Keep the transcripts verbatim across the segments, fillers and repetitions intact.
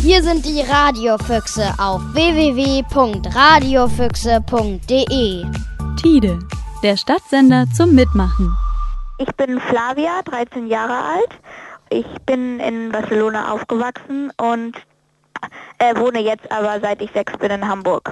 Hier sind die Radiofüchse auf w w w punkt radiofüchse punkt d e. Tide, der Stadtsender zum Mitmachen. Ich bin Flavia, dreizehn Jahre alt. Ich bin in Barcelona aufgewachsen und äh, wohne jetzt aber, seit ich sechs bin, in Hamburg.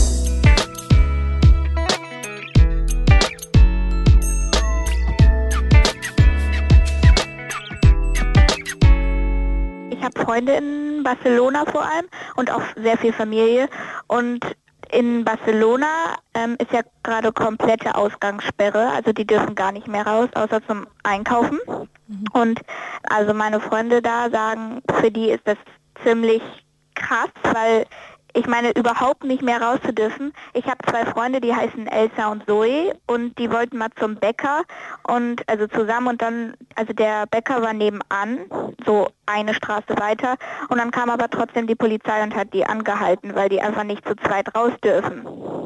Ich habe Freunde in Barcelona vor allem und auch sehr viel Familie. Und in Barcelona ähm, ist ja gerade komplette Ausgangssperre, also die dürfen gar nicht mehr raus, außer zum Einkaufen. Mhm. Und also meine Freunde da sagen, für die ist das ziemlich krass, weil ich meine, überhaupt nicht mehr raus zu dürfen. Ich habe zwei Freunde, die heißen Elsa und Zoe und die wollten mal zum Bäcker und also zusammen und dann, also der Bäcker war nebenan, so eine Straße weiter und dann kam aber trotzdem die Polizei und hat die angehalten, weil die einfach nicht zu zweit raus dürfen.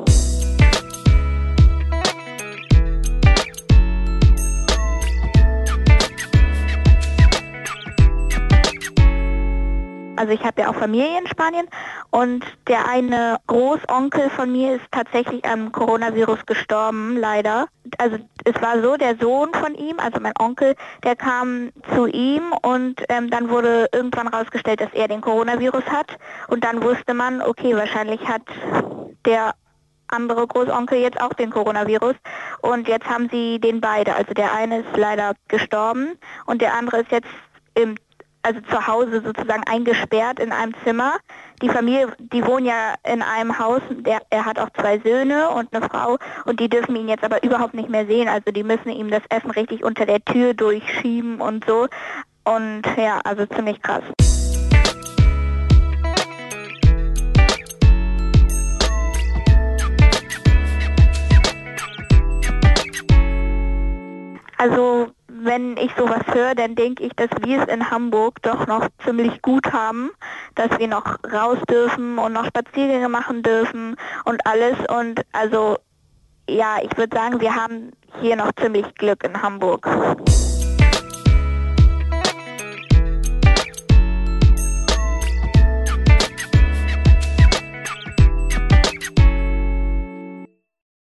Also ich habe ja auch Familie in Spanien und der eine Großonkel von mir ist tatsächlich am Coronavirus gestorben, leider. Also es war so, der Sohn von ihm, also mein Onkel, der kam zu ihm und ähm, dann wurde irgendwann rausgestellt, dass er den Coronavirus hat und dann wusste man, okay, wahrscheinlich hat der andere Großonkel jetzt auch den Coronavirus und jetzt haben sie den beide. Also der eine ist leider gestorben und der andere ist jetzt im also zu Hause sozusagen eingesperrt in einem Zimmer. Die Familie, die wohnen ja in einem Haus, der, er hat auch zwei Söhne und eine Frau und die dürfen ihn jetzt aber überhaupt nicht mehr sehen. Also die müssen ihm das Essen richtig unter der Tür durchschieben und so. Und ja, also ziemlich krass. Also wenn ich sowas höre, dann denke ich, dass wir es in Hamburg doch noch ziemlich gut haben, dass wir noch raus dürfen und noch Spaziergänge machen dürfen und alles. Und also ja, ich würde sagen, wir haben hier noch ziemlich Glück in Hamburg.